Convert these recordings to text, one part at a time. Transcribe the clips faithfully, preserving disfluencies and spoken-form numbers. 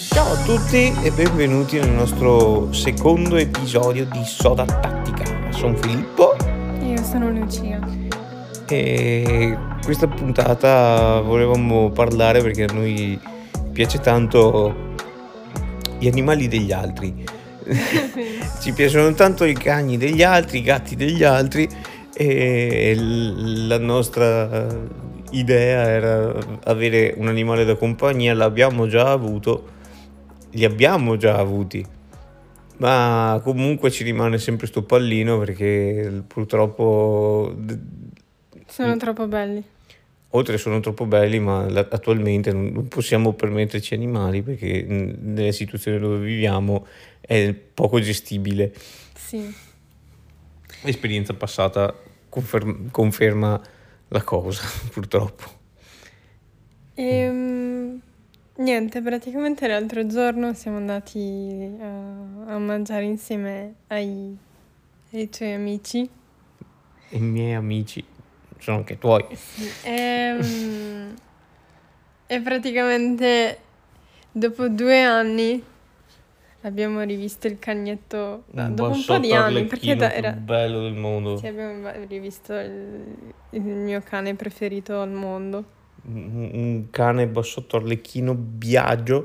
Ciao a tutti e benvenuti nel nostro secondo episodio di Soda Tattica. Sono Filippo Io sono Lucia. e questa puntata volevamo parlare perché a noi piace tanto gli animali degli altri. Ci piacciono tanto i cani degli altri, i gatti degli altri e l- la nostra idea era avere un animale da compagnia, l'abbiamo già avuto, li abbiamo già avuti, ma comunque ci rimane sempre sto pallino perché purtroppo d- Sono troppo belli. oltre sono troppo belli, ma la- attualmente non, non possiamo permetterci animali perché mh, nelle situazioni dove viviamo è poco gestibile. Sì. L'esperienza passata conferm- conferma la cosa, purtroppo. Ehm, niente, praticamente l'altro giorno siamo andati a, a mangiare insieme ai, ai tuoi amici. E i miei amici sono anche tuoi. Ehm, e praticamente dopo due anni abbiamo rivisto il cagnetto. no, Un dopo un po' di bassotto anni, perché arlecchino da- più era. bello del mondo. Sì, abbiamo rivisto il, il mio cane preferito al mondo. Un, un cane bassotto arlecchino biagio,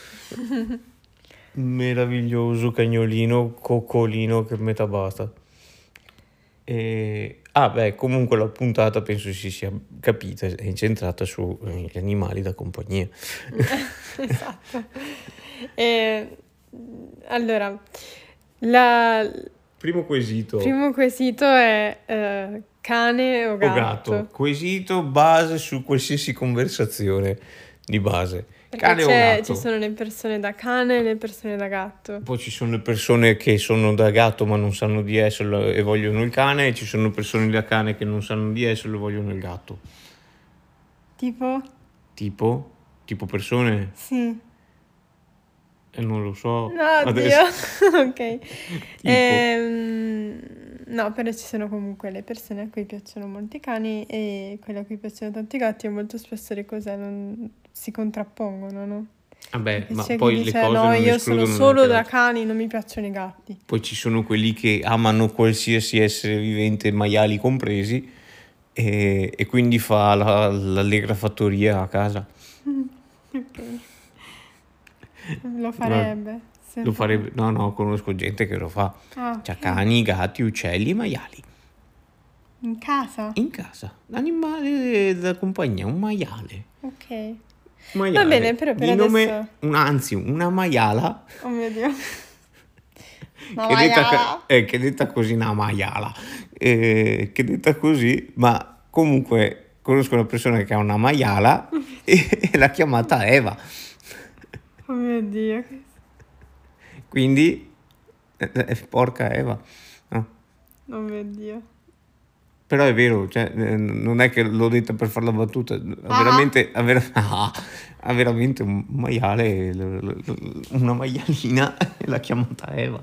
meraviglioso cagnolino, coccolino che metà basta. E... Ah beh, comunque la puntata penso si sia capita, è incentrata sugli animali da compagnia. Esatto. E, allora, la, Primo quesito. il primo quesito è eh, cane o O gatto? gatto. Quesito base su qualsiasi conversazione di base. Perché Cane o c'è- gatto? ci sono le persone da cane e le persone da gatto. Poi ci sono le persone che sono da gatto ma non sanno di esserlo e vogliono il cane, e ci sono persone da cane che non sanno di esserlo e vogliono il gatto. Tipo? Tipo? Tipo persone? Sì. E non lo so. No, Adesso. oddio. Ok. Tipo. Ehm, no, però ci sono comunque le persone a cui piacciono molti cani e quelle a cui piacciono tanti gatti e molto spesso le cose non si contrappongono, no? Vabbè, Perché ma c'è chi poi le dice cose no, non io sono escludono solo neanche da l'altro. cani, non mi piacciono i gatti. Poi ci sono quelli che amano qualsiasi essere vivente, maiali compresi, e, e quindi fa la- l'allegra fattoria a casa. Ok. Lo farebbe. se- Lo farebbe. No, no, conosco gente che lo fa. Ah, C'ha ok. cani, gatti, uccelli e maiali. In casa? In casa. Animale da compagnia, un maiale. Ok. Un maiale. Va bene, però per Di nome, adesso... un, anzi, una maiala. Oh mio Dio. Una che, detta, maiala. eh, che detta così, una maiala. Eh, che detta così, ma comunque conosco una persona che ha una maiala e, e l'ha chiamata Eva. Oh mio Dio. Quindi, eh, eh, porca Eva. No. Oh mio Dio. Però è vero, cioè, eh, non è che l'ho detta per fare la battuta, ha veramente, ha ver- ah, ha veramente un maiale, l- l- l- una maialina e l'ha chiamata Eva.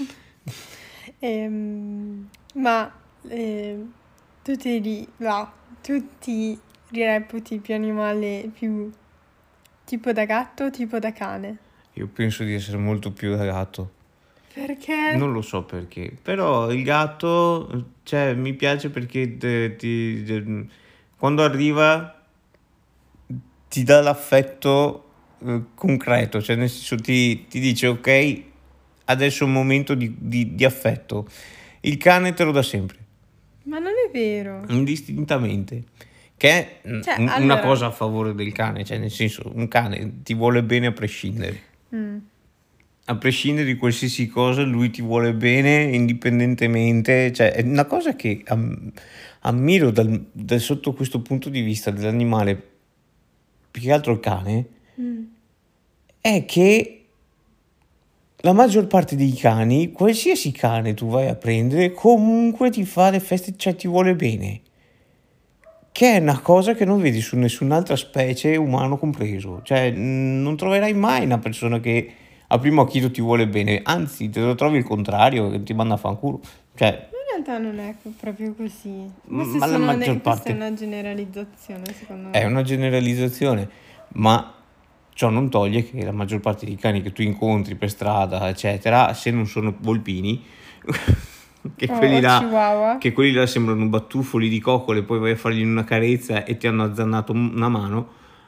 Ehm, ma eh, tu ti, ri- va, tu ti reputi più animale più tipo da gatto o tipo da cane? Io penso di essere molto più da gatto. Perché? Non lo so perché, però il gatto, cioè, mi piace perché te- ti- te- quando arriva ti dà l'affetto eh, concreto, cioè nel senso ti, ti dice ok, adesso è un momento di, di- di affetto. Il cane te lo dà sempre, Ma non è vero. indistintamente, che è mm, Cioè, un- una allora- cosa a favore del cane, cioè nel senso un cane ti vuole bene a prescindere. Mm. A prescindere di qualsiasi cosa, lui ti vuole bene indipendentemente, cioè è una cosa che am- ammiro dal, dal- sotto questo punto di vista dell'animale, più che altro il cane, Mm. è che la maggior parte dei cani, qualsiasi cane tu vai a prendere, comunque ti fa le feste, cioè ti vuole bene. Che è una cosa che non vedi su nessun'altra specie, umano compreso. Cioè, mh, non troverai mai una persona che a primo acchito ti vuole bene, anzi, te lo trovi il contrario, che ti manda a fanculo. Cioè, In realtà non è proprio così. Queste ma la sono maggior ne- questa parte è una generalizzazione, secondo me. è una generalizzazione, ma Ciò non toglie che la maggior parte dei cani che tu incontri per strada, eccetera, se non sono volpini, che O, quelli o là, chihuahua. che quelli là sembrano batuffoli di coccole, poi vai a fargli una carezza e ti hanno azzannato una mano.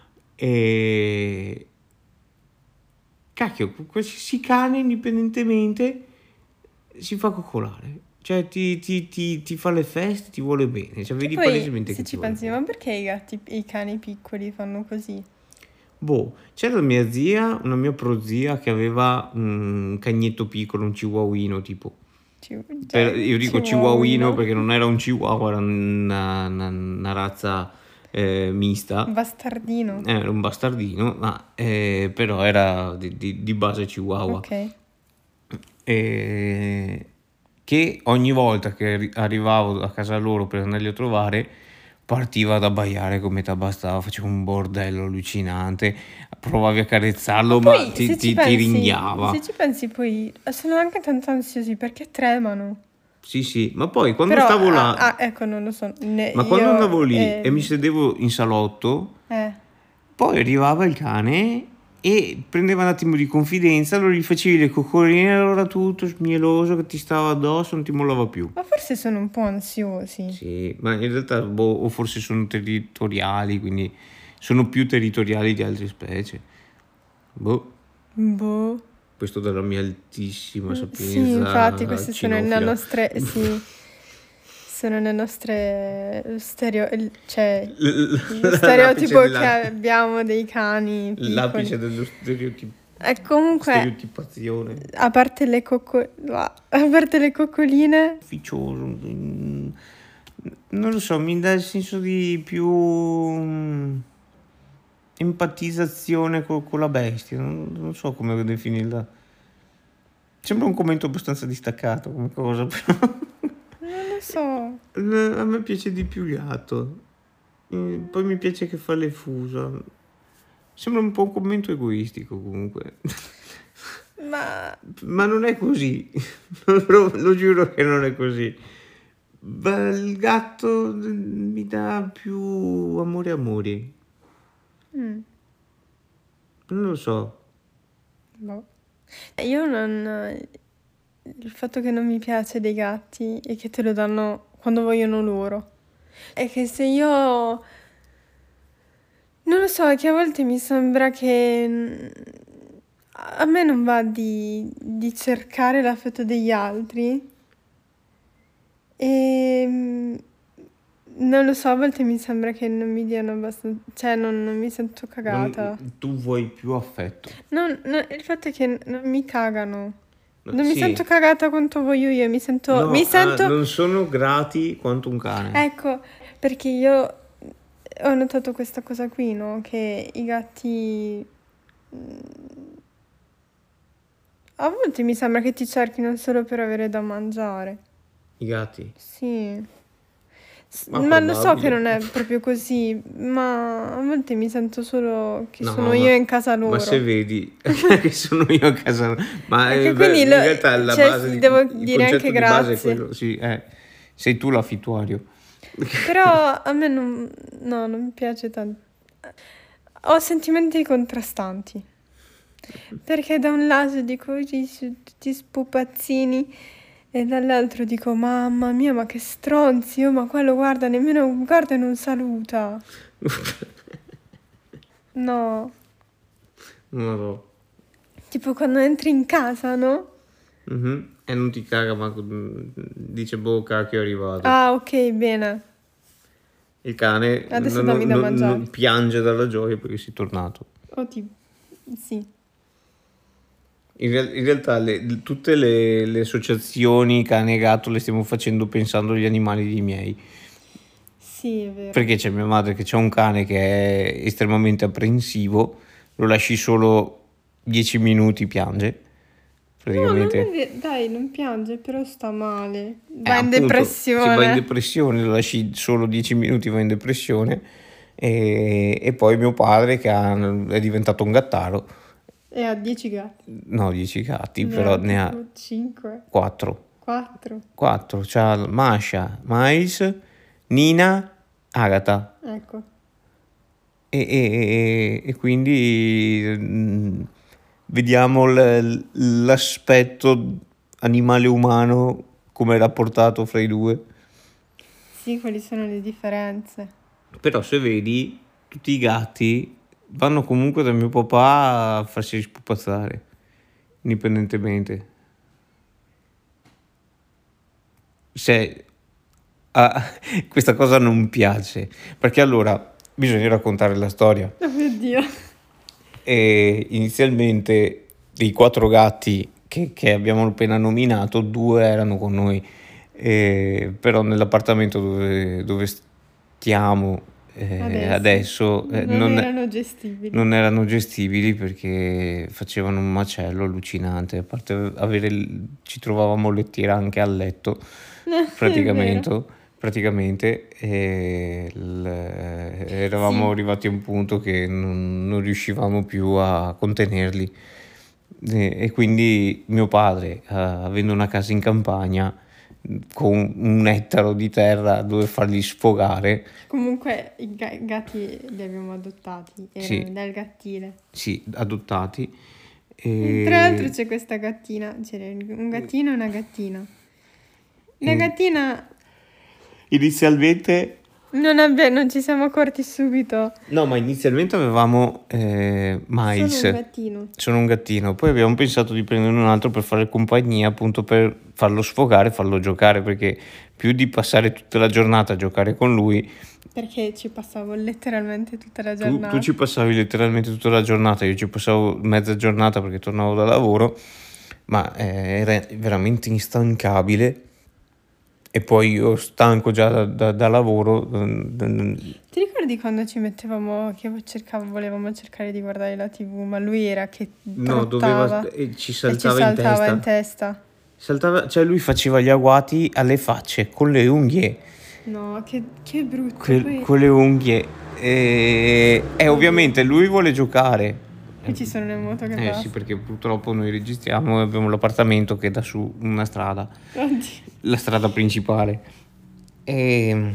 E cacchio, qualsiasi cane indipendentemente si fa coccolare. Cioè ti, ti, ti, ti fa le feste, ti vuole bene. Cioè Che vedi poi, palesemente se che ti ci vuole pensi, bene. ma perché i gatti, i cani piccoli fanno così? Boh, c'era mia zia, una mia prozia che aveva un cagnetto piccolo, un chihuahuino tipo. Ci- Per- cioè, io dico chihuahuino chihuahuino. perché non era un chihuahua, era una, una- una razza eh, mista. Bastardino. Era un bastardino, ma eh, però era di, di- di base chihuahua. Ok. E che ogni volta che arri- arrivavo a casa loro per andarli a trovare partiva ad abbaiare come t'abbastava, faceva un bordello allucinante, provavi a carezzarlo ma Poi, ti, se ci ti- ti pensi, ringhiava. se ci pensi, poi sono anche tanto ansiosi perché tremano. Sì, sì, ma poi quando Però, stavo ah, là, ah, ecco, non lo so. Ne- ma quando io, andavo lì e mi ehm, sedevo in salotto, eh, poi arrivava il cane e prendeva un attimo di confidenza, allora gli facevi le coccoline, allora tutto smieloso che ti stava addosso, non ti mollava più. ma forse sono un po' ansiosi. Sì, ma in realtà, boh, o forse sono territoriali, quindi sono più territoriali di altre specie. Boh, Boh. questo dalla mia altissima Mm, sapienza Sì, infatti, queste sono le cinofila. nostre, sì, sono le nostre stereo, il- cioè, L- l- lo l'apice stereotipo che della- abbiamo dei cani L'apice piccoli. dello stereotip- E comunque, stereotipazione. a parte le cocco, a parte le coccoline, Ufficioso. mm, Non lo so, mi dà il senso di più mm, empatizzazione co- con la bestia. Non, non so come definirla. Sembra un commento abbastanza distaccato come cosa, però non lo so. a me piace di più il gatto. Eh, Poi mi piace che fa le fusa. Sembra un po' un commento egoistico comunque. Ma Ma non è così. Lo, lo giuro che non è così. Beh, il gatto mi dà più amore amore. mm, Non lo so. boh. Io non... Il fatto che non mi piace dei gatti è che te lo danno quando vogliono loro. È che se io... Non lo so, è che a volte mi sembra che mm, a me non va di, di cercare l'affetto degli altri e mm, non lo so, a volte mi sembra che non mi diano abbastanza, cioè non, non mi sento cagata. Non- tu vuoi più affetto. Non- non- il fatto è che n- non mi cagano. No, Non mi sì. sento cagata quanto voglio io, mi sento... No, mi ah, sento... non sono grati quanto un cane. Ecco, perché io ho notato questa cosa qui, no? Che i gatti... mm, a volte mi sembra che ti cerchino solo per avere da mangiare. I gatti. Sì. S- Ma Ma lo so che probabile. non è proprio così, ma a volte mi sento solo che No, sono ma- io in casa loro. Ma se vedi che sono io a casa, ma Perché eh, beh, quindi in lo- realtà la cioè, base sì, di, devo il dire concetto anche di base è grazie. quello, sì, eh, sei tu l'affittuario. Però a me non, no, non mi piace tanto. Ho sentimenti contrastanti. Perché da un lato dico, "Oggi sono tutti spupazzini", e dall'altro dico, mamma mia, ma che stronzi, oh, ma quello guarda, nemmeno guarda e non saluta. No, Non lo so. tipo quando entri in casa, no? Mhm. E non ti caga, ma mm, dice boh, cacchio è arrivato. Ah, ok, bene. Il cane Adesso non, dammi da non- mangiare. non piange dalla gioia perché sei tornato. O tipo, sì. In, real- in realtà le- tutte le, le associazioni cane e gatto le stiamo facendo pensando agli animali dei miei. Sì, è vero. Perché c'è mia madre che c'ha un cane che è estremamente apprensivo, lo lasci solo dieci minuti, piange. No, non Praticamente. è vero. Dai, non piange, però sta male. Eh, Va in appunto, depressione. Si va in depressione, lo lasci solo dieci minuti, va in depressione. E, e poi mio padre che ha- è diventato un gattaro, E ha dieci gatti. no dieci gatti, Ne però ha ne ha tipo cinque, quattro. quattro. Quattro, c'ha Masha, Miles, Nina, Agatha. Ecco. e, e- e quindi mm, vediamo l- l'aspetto animale umano come è rapportato fra i due. Sì, quali sono le differenze? Però se vedi, tutti i gatti vanno comunque dal mio papà a farsi spupazzare, indipendentemente. Se ah, questa cosa non piace, perché allora bisogna raccontare la storia. Oh mio Dio. E inizialmente dei quattro gatti che, che abbiamo appena nominato, due erano con noi, e, però nell'appartamento dove, dove stiamo eh, Adesso, adesso eh, non non, erano gestibili. non erano gestibili perché facevano un macello allucinante. A parte avere il- ci trovavamo lettiera anche a letto È vero. praticamente, praticamente e il- eravamo Sì. arrivati a un punto che non, non riuscivamo più a contenerli. E, e quindi mio padre, eh, avendo una casa in campagna con un ettaro di terra dove farli sfogare, Comunque i ga- gatti li abbiamo adottati, erano sì, dal gattile. sì, adottati. E tra l'altro E, c'è questa gattina, c'era un gattino e una gattina. La e gattina inizialmente non, abbi- non ci siamo accorti subito. no, ma inizialmente avevamo eh, Miles, Solo un gattino. sono un gattino, poi abbiamo pensato di prendere un altro per fare compagnia, appunto per farlo sfogare, farlo giocare, perché più di passare tutta la giornata a giocare con lui, Perché ci passavo letteralmente tutta la tu, giornata. tu ci passavi letteralmente tutta la giornata, io ci passavo mezza giornata perché tornavo da lavoro, ma eh, era veramente instancabile. E poi io stanco già da, da- da lavoro, mm, Ti ricordi quando ci mettevamo, che cercavo, volevamo cercare di guardare la tivù, ma lui era che no, trottava doveva, e ci e ci saltava in saltava testa. in testa. Saltava, cioè lui faceva gli agguati alle facce con le unghie, No, che, che brutto. que- Poi, con le unghie. E, e ovviamente lui vuole giocare. poi ci sono le moto che Eh sì, passano. perché purtroppo noi registriamo e abbiamo l'appartamento che dà su una strada, Oddio. la strada principale. E,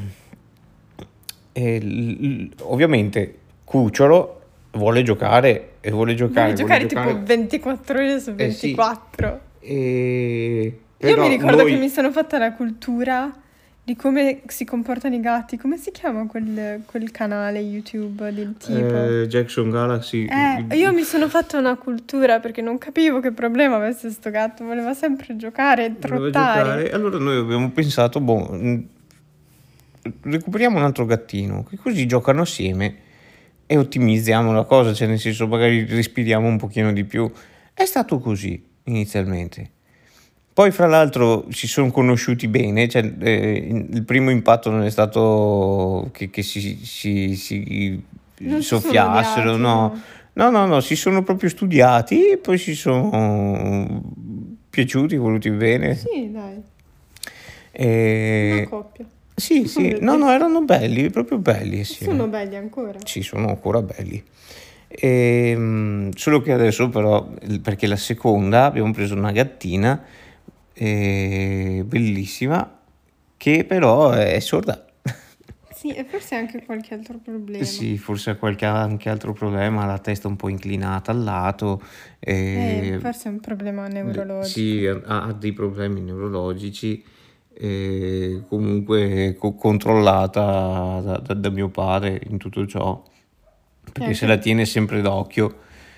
e l- l- ovviamente Cucciolo vuole giocare e vuole giocare, Devi vuole giocare giocare. tipo ventiquattro ore su Eh sì. ventiquattro. E, Io però mi ricordo noi- che mi sono fatta la cultura di come si comportano i gatti. Come si chiama quel, quel canale YouTube del tipo? eh, Jackson Galaxy. Eh, io mi sono fatta una cultura perché non capivo che problema avesse sto gatto, voleva sempre giocare e Voleva trottare. giocare. Allora noi abbiamo pensato, boh, mh, recuperiamo un altro gattino, che così giocano assieme e ottimizziamo la cosa, cioè nel senso magari respiriamo un pochino di più. È stato così inizialmente. Poi fra l'altro si sono conosciuti bene, cioè, eh, il primo impatto non è stato che, che si, si, si Non si sono soffiassero, odiati, no. No, no, no, si sono proprio studiati e poi si sono piaciuti, voluti bene. Sì, dai, una E... coppia. Sì, sì, no, no, erano belli, proprio belli assieme. Sono belli ancora. Sì, sono ancora belli. Ehm, solo che adesso però, il- perché la seconda abbiamo preso una gattina eh, bellissima che però è sorda. Sì, e forse anche qualche altro problema. Sì, forse ha qualche anche altro problema, ha la testa un po' inclinata al lato. Eh, eh, forse è un problema neurologico. Sì, ha, ha dei problemi neurologici, eh, comunque co- controllata da, da- da mio padre in tutto ciò, perché anche- se la tiene sempre d'occhio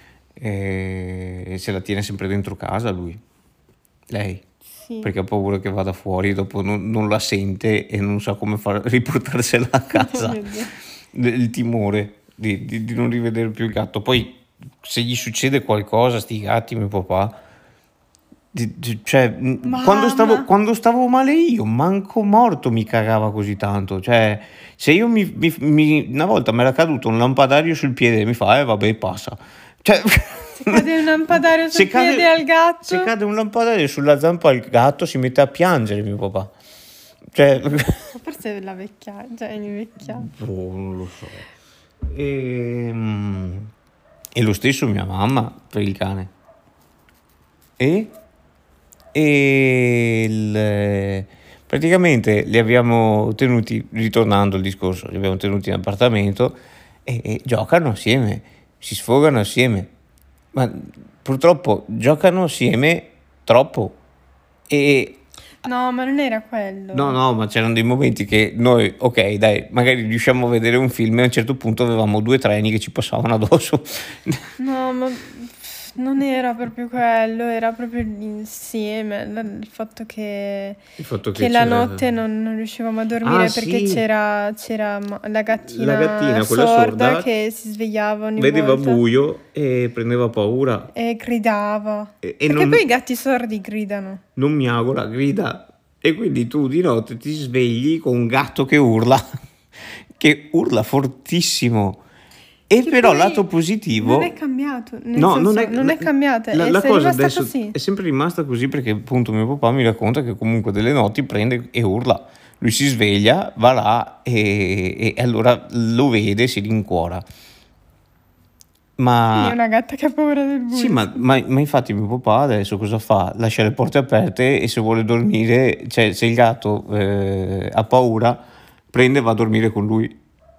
eh, e se la tiene sempre dentro casa lui, lei, Sì. perché ha paura che vada fuori e dopo non, non la sente e non sa come far riportarsela a casa. Oh mio Dio. Il timore di, di- di non rivedere più il gatto. Poi se gli succede qualcosa, sti gatti, mio papà, di- di- cioè, mh, Mamma. quando stavo, quando stavo male io, manco morto mi cagava così tanto. Cioè, se io mi, mi- mi- una volta mi era caduto un lampadario sul piede e mi fa, eh vabbè, passa. Cioè, Se cade un lampadario sul se cade- piede al gatto. se cade un lampadario sulla zampa al gatto si mette a piangere mio papà. Cioè, Forse è la vecchia, cioè è invecchiato. boh, non lo so. E, mm, e lo stesso mia mamma per il cane. E, e il- praticamente li abbiamo tenuti, ritornando al discorso, li abbiamo tenuti in appartamento e, e giocano assieme, si sfogano assieme, ma purtroppo giocano assieme troppo. E No, ma non era no, quello. no, ma c'erano dei momenti che noi, ok, dai, magari riusciamo a vedere un film e a un certo punto avevamo due treni che ci passavano addosso. No, ma non era proprio quello, era proprio l'insieme, l- il fatto che, Il fatto che che la c'era... notte non, non riuscivamo a dormire Ah, perché sì, c'era, c'era ma- la la gattina gattina, quella sorda sorda, che si svegliava ogni vedeva volta buio e prendeva paura. e gridava. E, e Perché non, poi i gatti sordi gridano. non miagola, grida. E quindi tu di notte ti svegli con un gatto che urla, che urla fortissimo. E Che però poi lato non è positivo... cambiato, nel No, senso, non è, non è cambiata, la, è, la è cosa rimasta adesso così. è sempre rimasta così perché appunto mio papà mi racconta che comunque delle notti prende e urla. Lui si sveglia, va là e, e allora lo vede, si rincuora. Quindi è Ma una gatta che ha paura del sì, buio. ma, ma- ma infatti mio papà adesso cosa fa? Lascia le porte aperte e se vuole dormire, cioè se il gatto eh, ha paura, prende e va a dormire con lui.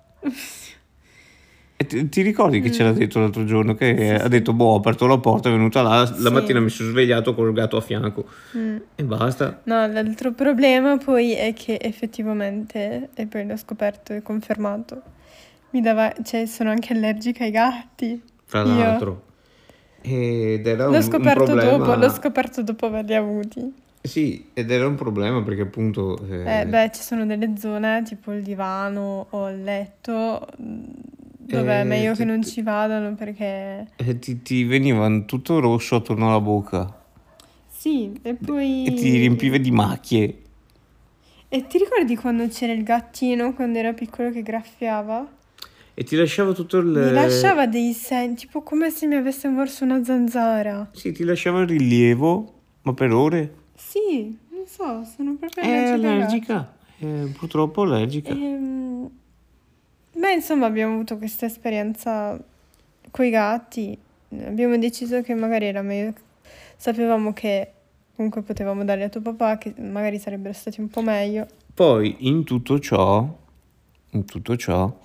E ti, ti ricordi che c'era Mm, detto l'altro giorno che sì, ha sì. detto boh, ho aperto la porta, è venuta là, la mattina mi Sì. sono svegliato con il gatto a fianco Mm. e basta. No, l'altro problema poi è che effettivamente, e poi l'ho scoperto e confermato, mi dava, cioè sono anche allergica ai gatti. Fra Io l'altro. Ed era l'ho un, un scoperto dopo, l'ho problema, scoperto dopo averli avuti. sì, ed era un problema perché appunto Eh, eh, beh, ci sono delle zone, tipo il divano o il letto, mm, dove è eh, meglio che ti, non ti- ci vadano perché... eh, ti- ti veniva tutto rosso attorno alla bocca Sì, e e ti riempiva poi... di macchie. E ti ricordi quando c'era il gattino, quando era piccolo, che graffiava? E ti lasciava tutto Mi il... lasciava dei segni, tipo come se mi avesse morso una zanzara. Sì, ti lasciava il rilievo, ma per ore. Sì, non so, sono proprio È allergica ai gatti. allergica, eh, purtroppo allergica. Ehm, Beh, insomma, abbiamo avuto questa esperienza coi gatti. Abbiamo deciso che magari era meglio. Sapevamo che comunque potevamo darli a tuo papà, che magari sarebbero stati un po' meglio. Poi in tutto ciò, in tutto ciò,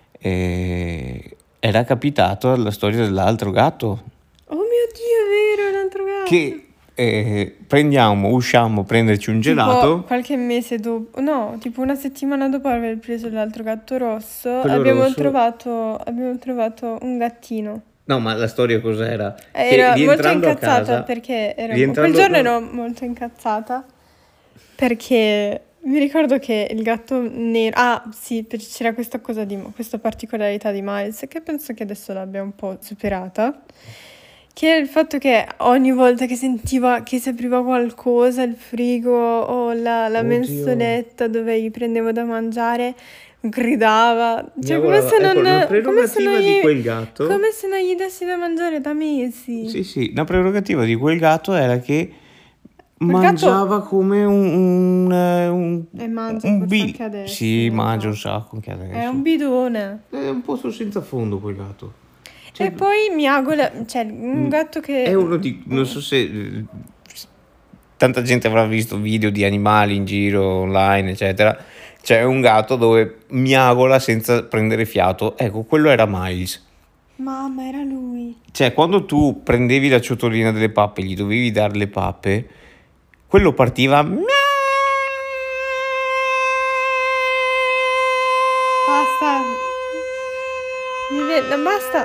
eh, era capitato la storia dell'altro gatto Oh mio Dio, è vero, un altro gatto. che eh, prendiamo, usciamo a prenderci un Tipo gelato, qualche mese dopo, no, tipo una settimana dopo aver preso l'altro gatto rosso, quello abbiamo rosso. trovato, abbiamo trovato un gattino. No, ma la storia cos'era? Che Era molto rientrando a incazzata casa, perché ero, quel rientrando, giorno no, ero molto incazzata perché mi ricordo che il gatto nero, ah sì, per- c'era questa cosa di, questa particolarità di Miles che penso che adesso l'abbia un po' superata, che è il fatto che ogni volta che sentiva che si apriva qualcosa, il frigo o la, la oddio, mensoletta dove gli prendevo da mangiare, gridava, mi cioè come augurava, se ecco, una non, come se non prerogativa di gli, quel gatto, come se non gli dessi da mangiare da mesi. sì, sì, una prerogativa di quel gatto era che Quel gatto mangiava come un, un, eh, un, e mangia un forse bi- anche adesso, sì, non mangia un so. sacco anche È adesso. un bidone. È un posto senza fondo quel gatto. Cioè, E poi miagola, cioè un mm, gatto che... è uno di, non so se eh, tanta gente avrà visto video di animali in giro online, eccetera. C'è un gatto dove miagola senza prendere fiato. Ecco, quello era Miles. Mamma, era lui. Cioè, quando tu prendevi la ciotolina delle pappe e gli dovevi dare le pappe, quello partiva. Basta. Mi ve- no, basta.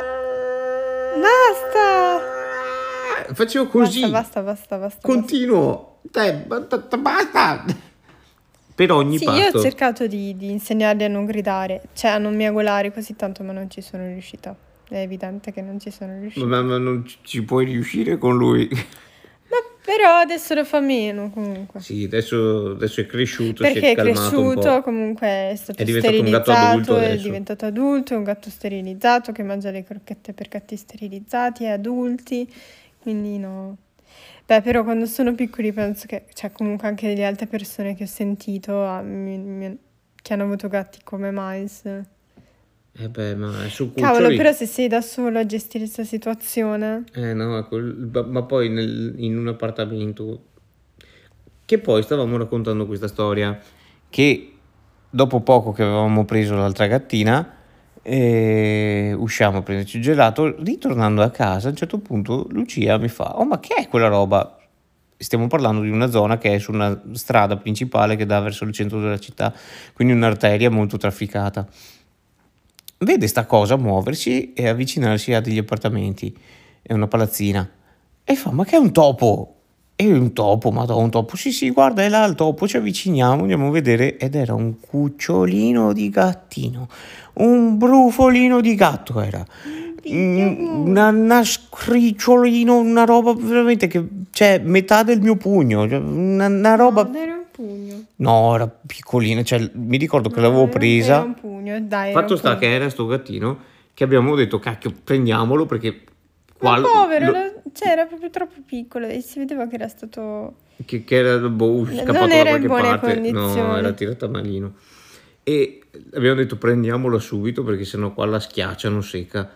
Basta. Facevo così. Basta, basta, basta, basta. Continuo. Dai, ba- ba- basta. Per ogni Sì, io ho pasto. cercato di, di insegnargli a non gridare, cioè a non miagolare così tanto, ma non ci sono riuscita. È evidente che non ci sono riuscita. Ma, ma non ci- ci puoi riuscire con lui. Ma però adesso lo fa meno comunque. Sì, adesso, adesso è cresciuto, si Perché è è calmato un cresciuto, po'. comunque è stato È diventato un gatto adulto sterilizzato, è adesso. diventato adulto, è un gatto sterilizzato che mangia le crocchette per gatti sterilizzati, è adulti, quindi no. Beh, però quando sono piccoli penso che, cioè comunque anche delle altre persone che ho sentito ah, mi- mi- che hanno avuto gatti come Miles. Eh beh, ma su Cavolo, cuccioli. però se sei da solo a gestire questa situazione... Eh no, ecco, il- ma ma poi nel- in un appartamento. Che poi stavamo raccontando questa storia. Che dopo poco che avevamo preso l'altra gattina, E usciamo a prenderci il gelato. Ritornando a casa, a un certo punto Lucia mi fa: oh, ma che è quella roba? Stiamo parlando di una zona che è su una strada principale che dà verso il centro della città, quindi un'arteria molto trafficata. Vede sta cosa muoversi e avvicinarsi a degli appartamenti, è una palazzina, e fa: ma che è un topo? E io: un topo, madonna, un topo, sì sì, guarda, è là il topo. Ci avviciniamo, andiamo a vedere, ed era un cucciolino di gattino, un brufolino di gatto era, Mm, una, una scricciolino, una roba veramente che, cioè, metà del mio pugno, cioè, una, una roba. No, era un pugno. No, era piccolina, cioè mi ricordo che No, l'avevo era un- presa. Era un pugno, dai, era Fatto un sta pugno. che era sto gattino che abbiamo detto: cacchio, prendiamolo, perché qua Ma lo- povero, lo- lo- cioè era proprio troppo piccolo e si vedeva che era stato... che, che era boh, scappato Non da era in qualche buone parte. No, condizioni. era tirata malino. E abbiamo detto: prendiamolo subito, perché sennò qua la schiacciano secca.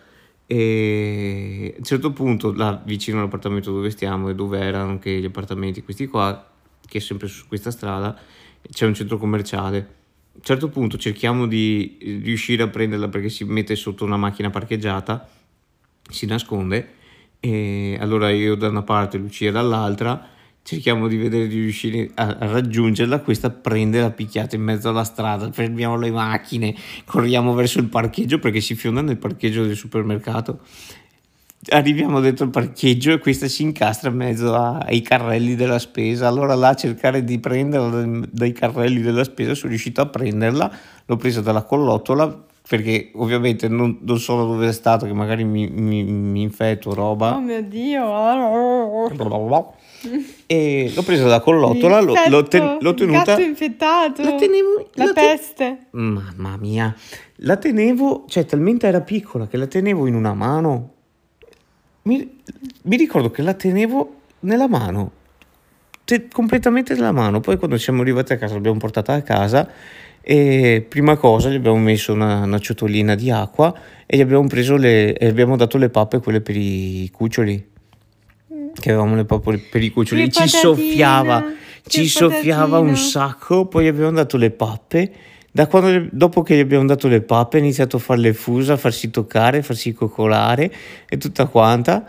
E a un certo punto, là vicino all'appartamento dove stiamo e dove erano anche gli appartamenti, questi qua, che è sempre su questa strada, c'è un centro commerciale. A un certo punto cerchiamo di riuscire a prenderla, perché si mette sotto una macchina parcheggiata, si nasconde, e allora io da una parte, Lucia dall'altra, cerchiamo di vedere di riuscire a, a raggiungerla. Questa prende la picchiata in mezzo alla strada, fermiamo le macchine, corriamo verso il parcheggio, perché si fionda nel parcheggio del supermercato. Arriviamo dentro il parcheggio e questa si incastra in mezzo a- ai carrelli della spesa. Allora là, a cercare di prenderla dai, dai carrelli della spesa, sono riuscito a prenderla, l'ho presa dalla collottola, perché ovviamente non, non so da dove è stato, che magari mi, mi, mi infetto roba. Oh mio Dio! E l'ho presa da collottola, l'ho, l'ho ten- L'infetto, l'ho il tenuta. gatto infettato, La tenevo. la la te- peste. Mamma mia, la tenevo, cioè talmente era piccola che la tenevo in una mano. Mi, mi ricordo che la tenevo nella mano, te- completamente nella mano. Poi quando siamo arrivati a casa, l'abbiamo portata a casa e prima cosa gli abbiamo messo una, una ciotolina di acqua e gli abbiamo preso le, e abbiamo dato le pappe, quelle per i cuccioli. Che avevamo le pappe per i cuccioli, Che ci patatina, soffiava, che ci soffiava un patatino. sacco. Poi gli abbiamo dato le pappe. Da quando, dopo che gli abbiamo dato le pappe, ha iniziato a fare le fusa, a farsi toccare, a farsi coccolare e tutta quanta.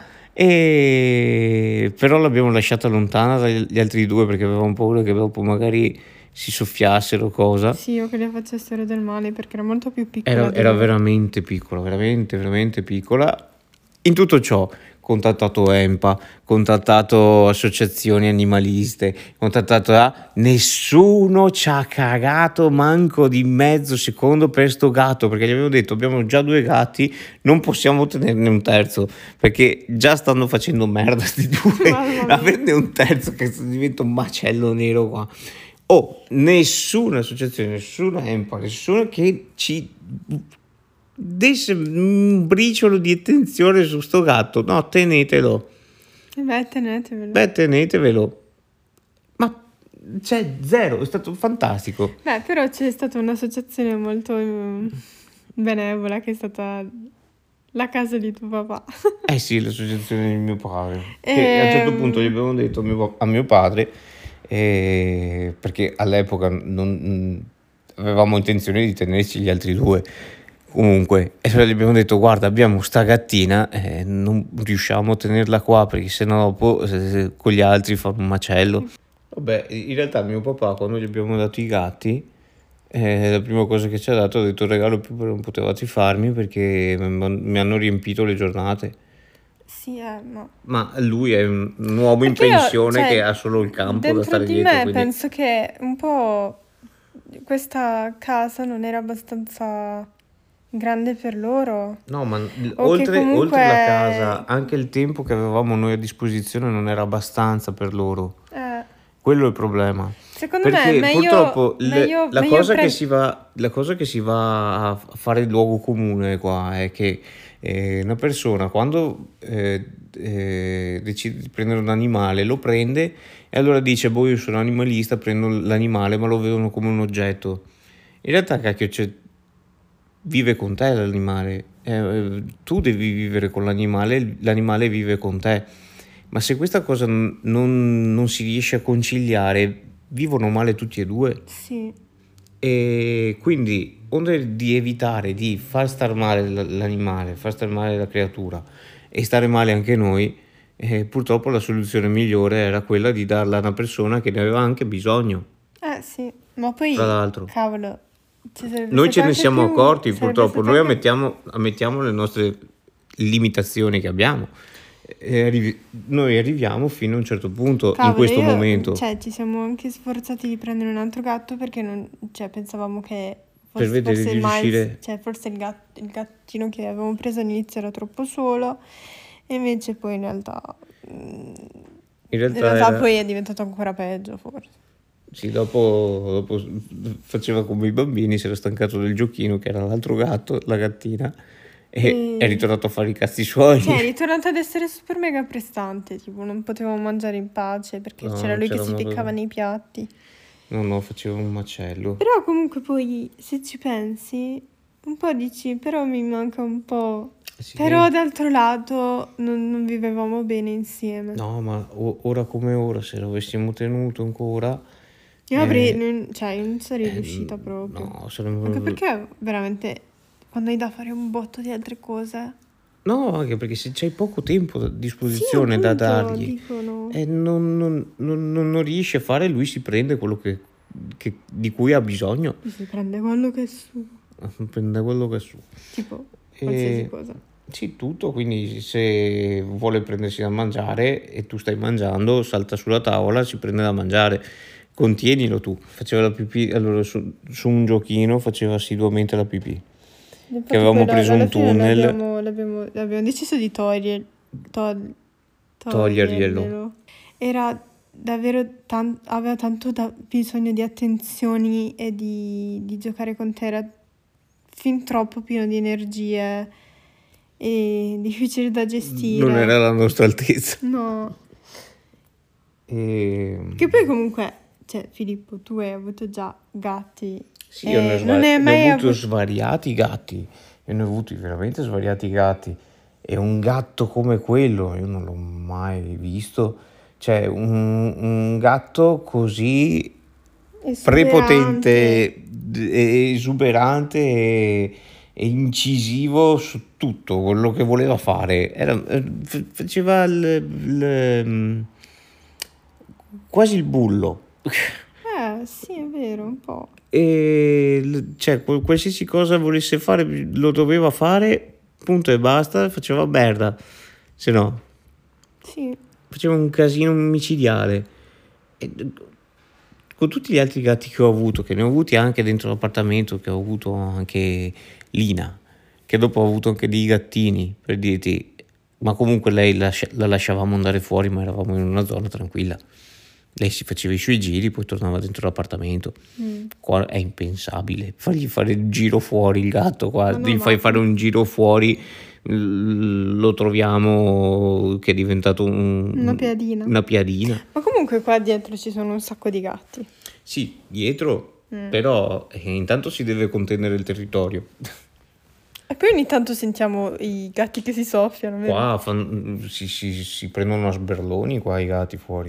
E però l'abbiamo lasciata lontana dagli altri due, perché avevamo paura che dopo magari si soffiassero cosa. Sì, o che le facessero del male perché era molto più piccola Era, di era loro. veramente piccola, veramente, veramente piccola. In tutto ciò, contattato EMPA, contattato associazioni animaliste, contattato a... Nessuno ci ha cagato manco di mezzo secondo per sto gatto, perché gli avevo detto: abbiamo già due gatti, non possiamo tenerne un terzo, perché già stanno facendo merda sti due, Mamma mia. averne un terzo che diventa un macello nero qua. Oh, nessuna associazione, nessuna EMPA, nessuno che ci desse un briciolo di attenzione su sto gatto. No, tenetelo. E beh, tenetevelo. Beh, tenetevelo. Ma c'è zero, è stato fantastico. Beh, però c'è stata un'associazione molto mm, benevola che è stata la casa di tuo papà. Eh sì, l'associazione di mio padre. Che a un certo Ehm. punto gli abbiamo detto a mio, a mio padre, eh, perché all'epoca non, avevamo intenzione di tenerci gli altri due. Comunque, e allora gli abbiamo detto: guarda, abbiamo sta gattina, eh, non riusciamo a tenerla qua, perché sennò dopo eh, con gli altri fa un macello. Vabbè, in realtà mio papà, quando gli abbiamo dato i gatti, eh, la prima cosa che ci ha dato, ha detto: il regalo più non potevate farmi, perché m- mi hanno riempito le giornate. Sì, eh, ma... Ma lui è un, un uomo in Perché io, pensione cioè, che ha solo il campo da dentro stare di dietro, me quindi... penso che un po' questa casa non era abbastanza grande per loro. No, ma l- O che oltre, comunque- oltre la casa, anche il tempo che avevamo noi a disposizione non era abbastanza per loro. Eh, Quello è il problema. secondo me Perché è meglio, purtroppo le- meglio, la, meglio cosa pre- che si va, la cosa che si va a fare il luogo comune qua è che eh, una persona, quando eh, eh, decide di prendere un animale, lo prende e allora dice: boh, io sono animalista, prendo l'animale, ma lo vedono come un oggetto. In realtà, cacchio, c'è, vive con te l'animale. Eh, tu devi vivere con l'animale, l'animale vive con te. Ma se questa cosa n- non, non si riesce a conciliare, vivono male tutti e due. Sì, E quindi, onde di evitare di far star male l- l'animale, far star male la creatura e stare male anche noi, eh, purtroppo la soluzione migliore era quella di darla a una persona che ne aveva anche bisogno, Eh sì, ma tra poi, l'altro. cavolo, ci sarebbe Noi stato ce ne anche siamo più, accorti, sarebbe purtroppo. stato Noi anche... ammettiamo, ammettiamo le nostre limitazioni che abbiamo. E arrivi- noi arriviamo fino a un certo punto in Cavolo, questo io, momento cioè, ci siamo anche sforzati di prendere un altro gatto perché non, cioè, pensavamo che per fosse, vedere forse di il Miles, riuscire. cioè, forse il, gat- il gattino che avevamo preso all'inizio era troppo solo, e invece poi in realtà, mm, In in realtà realtà era. poi è diventato ancora peggio, forse. Sì, dopo, dopo faceva come i bambini, si era stancato del giochino che era l'altro gatto, la gattina, e è E... ritornato a fare i cazzi suoi. Cioè, è ritornato ad essere super mega prestante, tipo, non potevamo mangiare in pace perché No, c'era non lui che c'era si modo. leccava nei piatti. No, no, faceva un macello. Però comunque poi, se ci pensi, un po' dici, però mi manca un po'. Sì. Però d'altro lato non, non vivevamo bene insieme. No, ma o- ora come ora, se l'avessimo tenuto ancora, Io avrei, eh, non, cioè, io non sarei eh, riuscita proprio. no, saremmo. Anche perché veramente, quando hai da fare un botto di altre cose. No, anche perché se c'hai poco tempo a Sì, disposizione da appunto, dargli, dicono. e non, non- non- non- non riesce a fare, lui si prende quello che, che- di cui ha bisogno, Si prende quello che è su. prende quello che è su. Tipo, qualsiasi E, cosa. sì, tutto, quindi se vuole prendersi da mangiare e tu stai mangiando, salta sulla tavola, si prende da mangiare, contienilo tu. Faceva la pipì, allora su, su un giochino faceva assiduamente la pipì. Infatti Che avevamo poi la- preso alla un fine tunnel. l'abbiamo, l'abbiamo- abbiamo deciso di toglier- tol- Toglierglielo. toglierglielo. Era davvero tan- aveva tanto da- bisogno di attenzioni e di, di giocare con te, era fin troppo pieno di energie e difficile da gestire. Non era la nostra altezza. No, E... che poi comunque, cioè Filippo, tu hai avuto già gatti. Sì, io ne ho, e sva- non è ne ho mai avuto avuto... svariati gatti, io ne ho avuti veramente svariati gatti, e un gatto come quello io non l'ho mai visto, cioè un, un gatto così prepotente, d- e esuberante e, e incisivo su tutto quello che voleva fare. Era, eh, f- faceva il, il, mm, quasi il bullo. Eh, sì, è vero, un po'. E l- cioè qual- qualsiasi cosa volesse fare lo doveva fare, punto e basta, faceva merda, se no Sì. faceva un casino micidiale. E, con tutti gli altri gatti che ho avuto, che ne ho avuti anche dentro l'appartamento, che ho avuto anche Lina, che dopo ho avuto anche dei gattini, per dirti, ma comunque lei lascia- la lasciavamo andare fuori, ma eravamo in una zona tranquilla. Lei si faceva i suoi giri, poi tornava dentro l'appartamento. Mm. Qua è impensabile fargli fare il giro fuori il gatto, qua Ma no, gli no. fai fare un giro fuori, l- lo troviamo che è diventato un- Una piadina. una piadina. Ma comunque qua dietro ci sono un sacco di gatti. Sì, dietro, Mm. però eh, intanto si deve contenere il territorio. E poi ogni tanto sentiamo i gatti che si soffiano, vero? Qua fan- si, si- si prendono a sberloni qua i gatti fuori.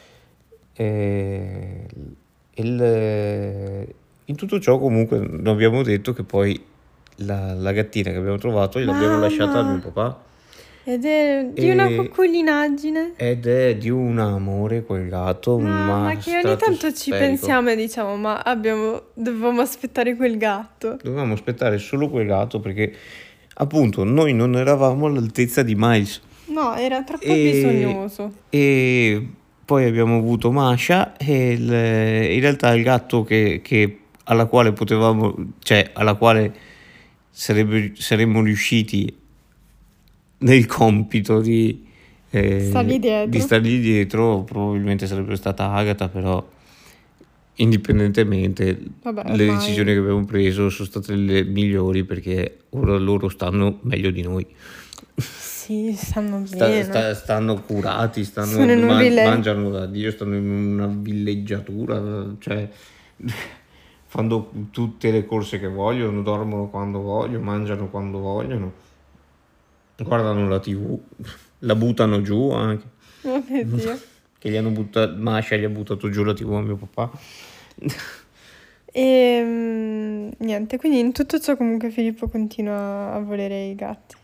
E il- in tutto ciò comunque non abbiamo detto che poi la, la gattina che abbiamo trovato gliel'abbiamo Mamma! lasciata al mio papà, Ed è di una E- coccolinaggine. ed è di un amore quel gatto, Mamma, ma che ogni tanto ci stratosferico. pensiamo e diciamo, ma abbiamo, dovevamo aspettare quel gatto. Dovevamo aspettare solo quel gatto perché appunto noi non eravamo all'altezza di Miles. No, era troppo E- bisognoso. E poi abbiamo avuto Masha, e il- in realtà il gatto che, che- alla quale potevamo, cioè alla quale sarebbe- saremmo riusciti nel compito di, eh, Stargli dietro. di stargli dietro, probabilmente sarebbe stata Agatha, però indipendentemente Vabbè, le ormai- decisioni che abbiamo preso sono state le migliori perché ora loro stanno meglio di noi. Sì, stanno Sta- bene. sta- stanno curati, stanno, Sono in un man- rile- mangiano da Dio, stanno in una villeggiatura, cioè fanno tutte le corse che vogliono, dormono quando vogliono, mangiano quando vogliono, guardano la tivù, la buttano giù anche, Oh mio Dio. che gli hanno buttato, Masha gli ha buttato giù la tivù a mio papà. E mm, niente, quindi in tutto ciò comunque Filippo continua a volere i gatti.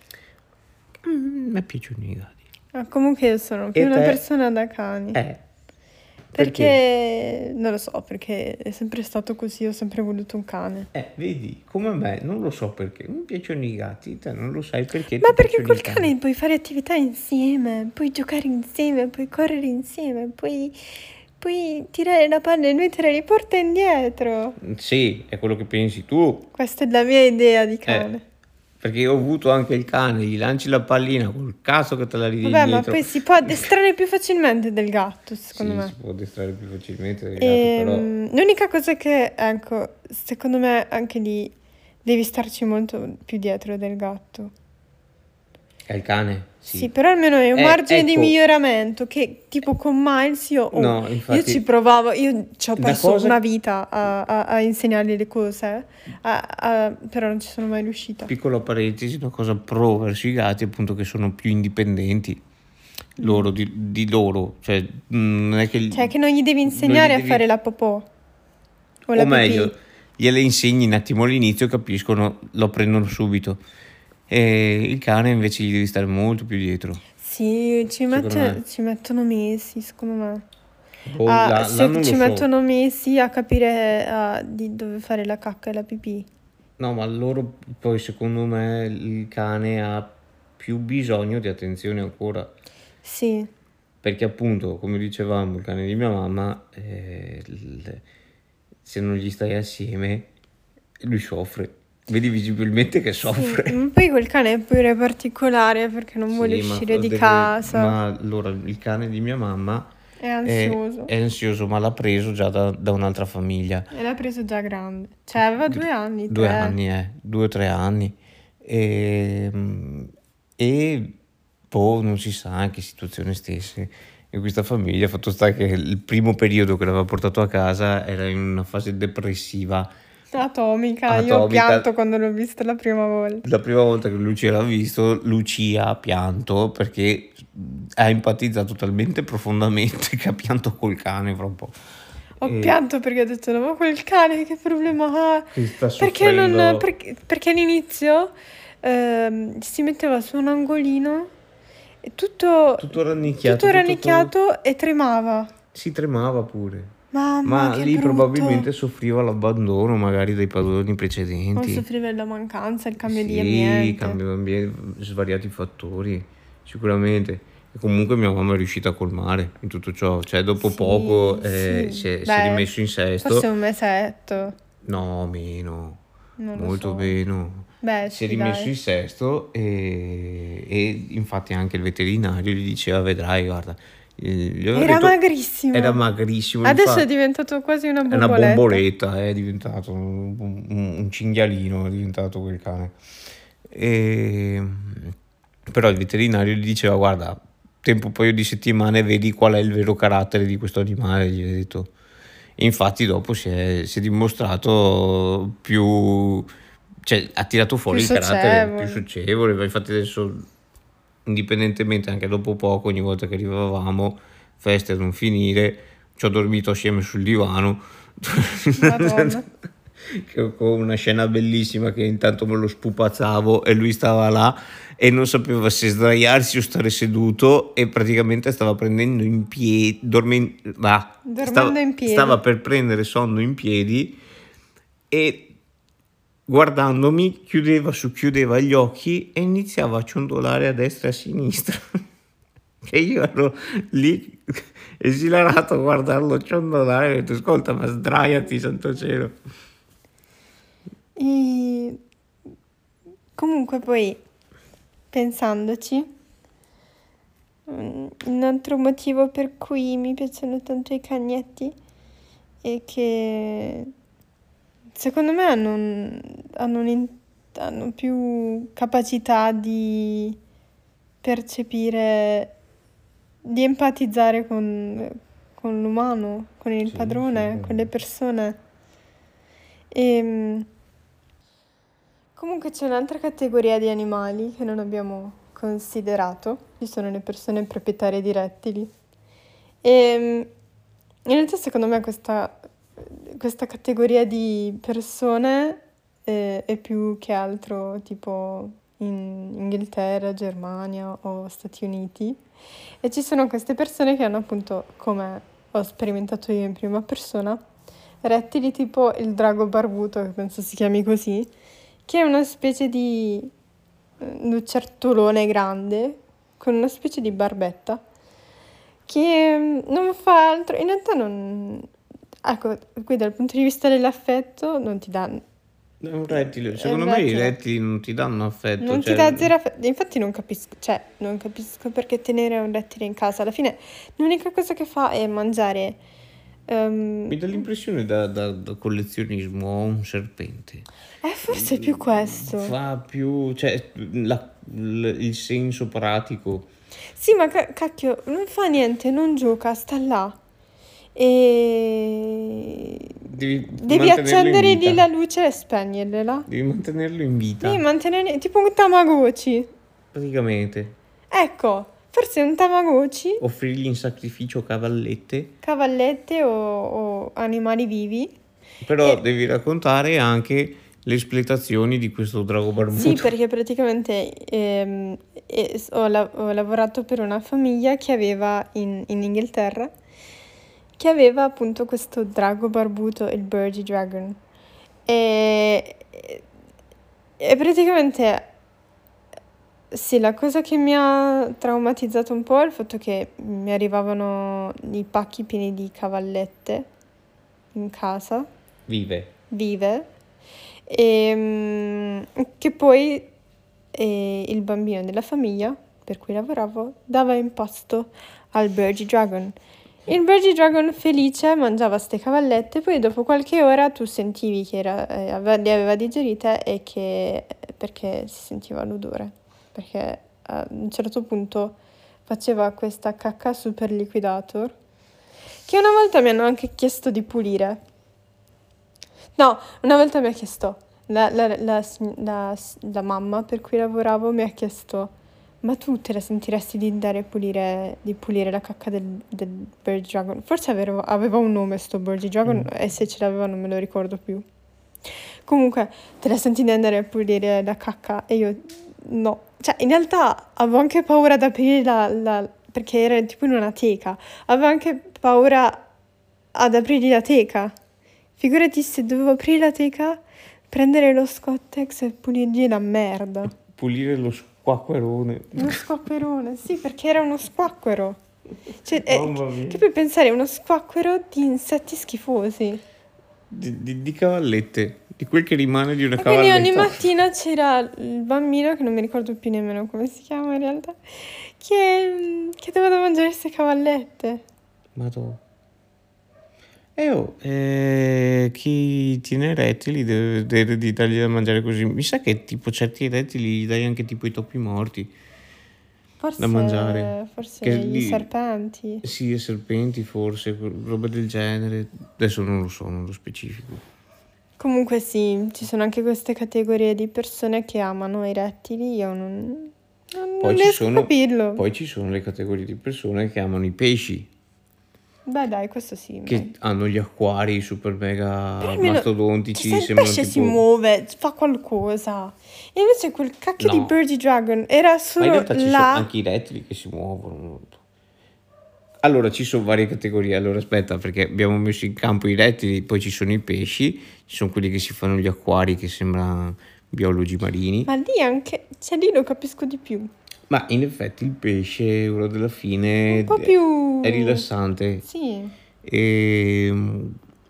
Mm, mi piacciono i gatti. Ah, comunque io sono più E una te? persona da cani. Eh, Perché, perché? non lo so, perché è sempre stato così, ho sempre voluto un cane. Eh, vedi, come me, non lo so perché. Mi piacciono i gatti, te non lo sai perché Ma ti perché piacciono col i cani. cane puoi fare attività insieme, puoi giocare insieme, puoi correre insieme, puoi, puoi tirare la palla e lui te la riporta indietro. Sì, è quello che pensi tu. Questa è la mia idea di Eh, cane. perché io ho avuto anche il cane, gli lanci la pallina col cazzo che te la ridi Vabbè, ma indietro. poi si può addestrare più facilmente del gatto, secondo Sì, me. si può addestrare più facilmente del gatto, però Ehm, l'unica cosa che, ecco, secondo me anche lì devi starci molto più dietro del gatto. è il cane, Sì, sì. però almeno è un Eh, margine di ecco. miglioramento che tipo con Miles io, oh, No, io infatti, ci provavo, io ci ho la perso cosa- una vita a, a- a insegnargli le cose, a- a- però non ci sono mai riuscita. piccola parentesi, una cosa pro verso i gatti, appunto, che sono più indipendenti loro, di, di loro, cioè mm, non è che... Cioè che non gli devi non gli insegnare devi- a fare la popò o la o meglio, pipì. gliele insegni un attimo all'inizio, capiscono, lo prendono subito. E il cane invece gli devi stare molto più dietro. Sì, ci, Secondo mette- me. ci mettono mesi, secondo me. O Ah, là- là se non lo ci so. mettono mesi a capire ah, di dove fare la cacca e la pipì. No, ma loro poi secondo me il cane ha più bisogno di attenzione ancora. Sì, Perché appunto, come dicevamo, il cane di mia mamma, eh, il- se non gli stai assieme, lui soffre. Vedi visibilmente che soffre. sì. Ma poi quel cane è pure particolare perché non Sì, vuole ma uscire di deve- casa. Ma allora, il cane di mia mamma È ansioso. è ansioso, ma l'ha preso già da, da un'altra famiglia. E l'ha preso già grande. Cioè, aveva due anni, Due tre. anni, eh, due o tre anni. E, e poi non si sa in che situazione stesse. E questa famiglia, fatto sta che il primo periodo che l'aveva portato a casa era in una fase depressiva. Atomica. Io ho Atomica. pianto quando l'ho visto la prima volta. La prima volta che Lucia l'ha visto, Lucia ha pianto perché ha empatizzato talmente profondamente che ha pianto col cane fra un po'. Ho E- pianto perché ho detto, no, ma quel cane che problema ha? Che sta Perché non... soffrendo. Perché, perché all'inizio ehm, si metteva su un angolino e tutto... Tutto rannicchiato. tutto rannicchiato e tremava. Si tremava pure. Mamma, Ma che lì brutto. probabilmente soffriva l'abbandono magari dai padroni Non precedenti. soffriva la mancanza, il cambio di Sì, ambiente. cambio di ambiente, svariati fattori, sicuramente. E comunque mia mamma è riuscita a colmare in tutto ciò. Cioè, dopo Sì, poco eh, sì. si, è, si è Beh, rimesso in sesto. Forse un mesetto. No, meno. Non lo Molto so. meno. Beh, Si è sì, rimesso dai. in sesto e, e infatti anche il veterinario gli diceva, vedrai, guarda. eh, gli aveva Era detto- magrissimo. Era magrissimo. Adesso infatti- è diventato quasi una è una bomboletta. bomboletta, è diventato un, un- un cinghialino, è diventato quel cane. E, però il veterinario gli diceva, guarda, tempo un paio di settimane vedi qual è il vero carattere di questo animale, gli ha detto. E infatti dopo si è, si è dimostrato più, cioè ha tirato fuori Più il carattere socievole. più socievole, ma infatti adesso, indipendentemente anche dopo poco, ogni volta che arrivavamo, feste a non finire, ci ho dormito assieme sul divano. Madonna. Che- con una scena bellissima che intanto me lo spupazzavo e lui stava là e non sapeva se sdraiarsi o stare seduto e praticamente stava prendendo in piedi, dormen- ah, Dormendo stava, in piedi. stava per prendere sonno in piedi e guardandomi chiudeva su chiudeva gli occhi e iniziava a ciondolare a destra e a sinistra. Che io ero lì esilarato a guardarlo ciondolare e ho detto ascolta ma sdraiati santo cielo. E comunque poi, pensandoci, mm, un altro motivo per cui mi piacciono tanto i cagnetti è che secondo me hanno, un- hanno, un in- hanno più capacità di percepire, di empatizzare con, con l'umano, con il Sì, padrone, sì. con le persone. E, comunque c'è un'altra categoria di animali che non abbiamo considerato, ci sono le persone proprietarie di rettili. E in realtà secondo me questa, questa categoria di persone eh, è più che altro tipo in Inghilterra, Germania o Stati Uniti. E ci sono queste persone che hanno appunto, come ho sperimentato io in prima persona, rettili tipo il drago barbuto, che penso si chiami così, che è una specie di lucertolone grande con una specie di barbetta che non fa altro, in realtà non, ecco, qui dal punto di vista dell'affetto non ti dà, È un rettile, è secondo un me i rettile. rettili non ti danno affetto, Non ti cioè, dà zero affetto, infatti non capisco, cioè non capisco perché tenere un rettile in casa, alla fine l'unica cosa che fa è mangiare. ehm, mi dà l'impressione da, da- da collezionismo ho un serpente. eh, forse è più questo. Fa più, cioè, la- l- il senso pratico. Sì, ma ca- cacchio, non fa niente, non gioca, sta là. E Devi devi mantenerlo in accendere vita. lì la luce e spegnerla. Devi mantenerlo in vita, Devi mantenere tipo un Tamagotchi. praticamente. Ecco, forse un Tamagotchi, Offrirgli in sacrificio cavallette, cavallette o, o animali vivi. però E- devi raccontare anche le espletazioni di questo drago barbuto. Sì, perché praticamente ehm, eh, s- ho, la- ho lavorato per una famiglia che aveva in, in Inghilterra, che aveva appunto questo drago barbuto, il Birdie Dragon. E, e praticamente, sì, la cosa che mi ha traumatizzato un po' è il fatto che mi arrivavano i pacchi pieni di cavallette in casa, Vive. vive, e mm, che poi eh, il bambino della famiglia per cui lavoravo dava in pasto al Birdie Dragon. Il Birdie Dragon felice mangiava ste cavallette, poi dopo qualche ora tu sentivi che era, eh, ave- le aveva digerite e che perché si sentiva l'odore, perché a un certo punto faceva questa cacca super liquidator che una volta mi hanno anche chiesto di pulire. No, una volta mi ha chiesto, la, la- la sign- la s- la mamma per cui lavoravo mi ha chiesto, ma tu te la sentiresti di andare a pulire, di pulire la cacca del, del Birdie Dragon? Forse aveva, aveva un nome sto Birdie Dragon Mm. e se ce l'aveva non me lo ricordo più. Comunque, te la senti di andare a pulire la cacca? E io no. Cioè, in realtà avevo anche paura ad aprire la, la- perché era tipo in una teca. Avevo anche paura ad aprire la teca. Figurati se dovevo aprire la teca, prendere lo Scottex e pulirgli la merda. Pulire lo squacquerone. Uno squacquerone, sì, perché era uno squacquero. Cioè, eh, Mamma mia. che puoi pensare, uno squacquero di insetti schifosi. Di, di- di cavallette, di quel che rimane di una E quindi ogni cavalletta. mattina c'era il bambino, che non mi ricordo più nemmeno come si chiama in realtà, che, che doveva mangiare queste cavallette. Madò. E oh, eh, chi tiene rettili deve, deve di dargli da mangiare così. Mi sa che tipo certi rettili gli dai anche tipo i topi morti. Forse, Da mangiare. forse Che gli lì- serpenti. Sì, e serpenti forse, roba del genere. Adesso non lo so, non lo specifico. Comunque sì, ci sono anche queste categorie di persone che amano i rettili, io non, non, Poi non ci riesco sono- a capirlo. Poi ci sono le categorie di persone che amano i pesci, Beh dai, questo sì. che dai. hanno gli acquari super mega Però almeno- mastodontici. Cioè, se il sembrano pesce tipo... si muove, fa qualcosa. E invece quel cacchio di No. Birdie Dragon era Ma in solo realtà ci sono là. anche i rettili che si muovono. Allora, ci sono varie categorie. Allora, aspetta, perché abbiamo messo in campo i rettili, poi ci sono i pesci, ci sono quelli che si fanno gli acquari che sembrano biologi marini. Ma lì anche, cioè lì lo capisco di più. Ma in effetti il pesce, ora della fine, Un po' più... è rilassante Sì. e mm,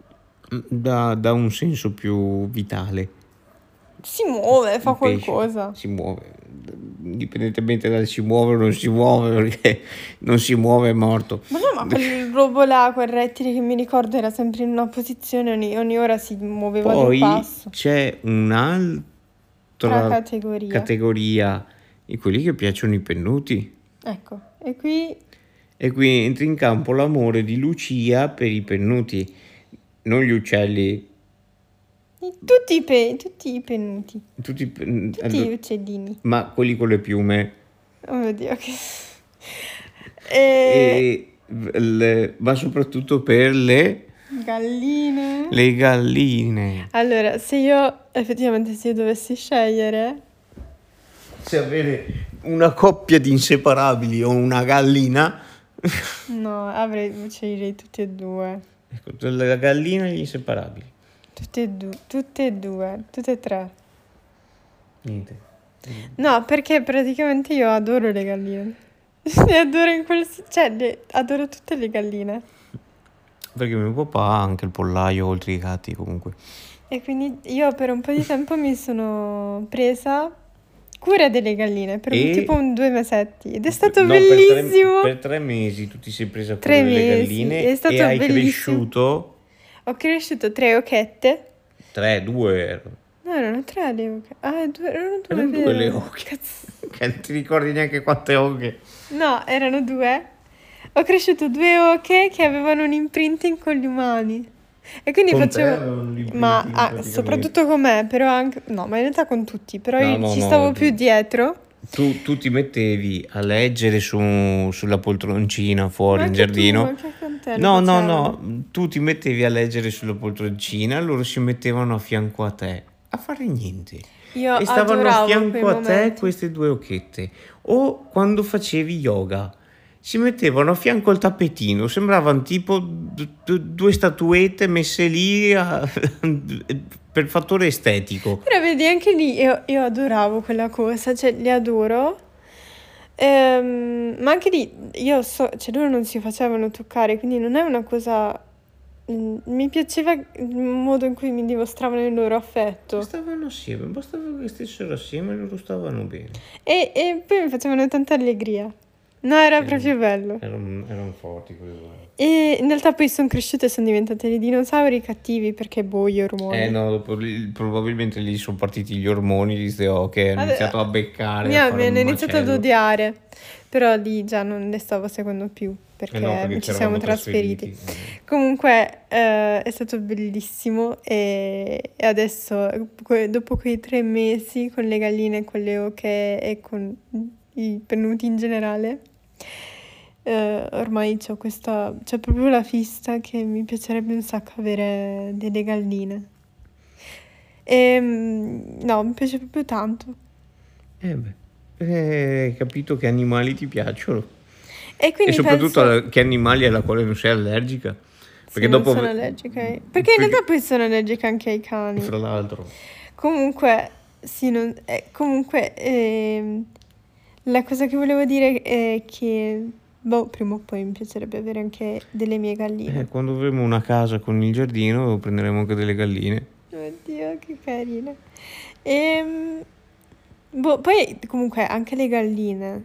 dà, dà un senso più vitale. Si muove, fa Il pesce qualcosa. si muove, indipendentemente dal si muove o non si muove, perché non si muove è morto. Ma no, ma quel robo là, quel rettile che mi ricordo era sempre in una posizione, ogni, ogni ora si muoveva di un Poi passo. c'è Tra un'altra categoria. categoria di quelli che piacciono i pennuti. Ecco, e qui E qui entra in campo l'amore di Lucia per i pennuti, non gli uccelli, i- tutti i, pe- tutti i pennuti, tutti, i pen- tutti gli uccellini. ma quelli con le piume. Oh mio Dio, che... E... E le- ma soprattutto per le Galline. Le galline. Allora, se io effettivamente se io dovessi scegliere, Se avere una coppia di inseparabili o una gallina, no, avrei sceglierei tutti e due. ecco, la gallina e gli inseparabili. Tutte e due, tutte e due, tutte e tre. Niente. No, perché praticamente io adoro le galline. Le adoro in quel s- cioè le- adoro tutte le galline. Perché mio papà ha anche il pollaio oltre i gatti comunque. E quindi io per un po' di tempo mi sono presa cura delle galline per un- E- tipo un due mesetti ed è stato No, per tre- bellissimo. Per tre, mesi tu ti sei presa cura Tre delle mesi, galline è stato e hai bellissimo. cresciuto Ho cresciuto tre occhette. tre, due erano. No, erano tre le oche. Ah, due, erano due, Erano è due vero. le oche. Cazzo. Che non ti ricordi neanche quante oche. No, erano due. Ho cresciuto due oche che avevano un imprinting con gli umani. E quindi Con te facevo... avevano un imprinting Ma ah, praticamente. soprattutto con me, però anche... No, ma in realtà con tutti. Però No, io no, ci no, stavo tu- più dietro. Tu, tu ti mettevi a leggere su, sulla poltroncina fuori Ma in anche tu, giardino. anche con te lo No, no, facevano. no, tu ti mettevi a leggere sulla poltroncina, loro si mettevano a fianco a te a fare niente. Io E stavano a adoravo fianco quei a te momenti. queste due occhette. O quando facevi yoga, si mettevano a fianco al tappetino, sembravano tipo d- d- due statuette messe lì a- per fattore estetico. Però vedi, anche lì io, io adoravo quella cosa, cioè li adoro. Ehm, ma anche lì io so, cioè loro non si facevano toccare, quindi non è una cosa... mm, Mi piaceva il modo in cui mi dimostravano il loro affetto. Stavano assieme, bastava che stessero assieme e loro stavano bene. E, e poi mi facevano tanta allegria. No, era Sì. proprio bello. Erano, erano forti quelle due. E in realtà poi sono cresciute e sono diventate dei dinosauri cattivi perché boh, gli ormoni. Eh no, dopo lì- probabilmente lì sono partiti gli ormoni di ste oche, hanno Ade- iniziato a beccare, Mi a ha- fare mi un hanno iniziato ad macello. odiare, però lì già non le stavo seguendo più perché, Eh no, perché ci ci siamo eravamo trasferiti. trasferiti. Comunque eh, è stato bellissimo e, e adesso que- dopo quei tre mesi con le galline, con le oche e con i pennuti in generale, eh, ormai c'ho questa, c'è proprio la fissa che mi piacerebbe un sacco avere delle galline. E, mm, no, mi piace proprio tanto. Eh beh, eh, hai capito che animali ti piacciono. E E quindi soprattutto penso... alla- che animali alla quale non sei allergica. Sì, Perché non dopo... sono allergica ai... Perché in Perché- realtà poi sono allergica anche ai cani. Fra l'altro. Comunque, sì, non... eh, comunque, ehm, la cosa che volevo dire è che, boh, prima o poi mi piacerebbe avere anche delle mie galline. Eh, quando avremo una casa con il giardino prenderemo anche delle galline. Oddio, che carine. Ehm, boh, poi comunque anche le galline.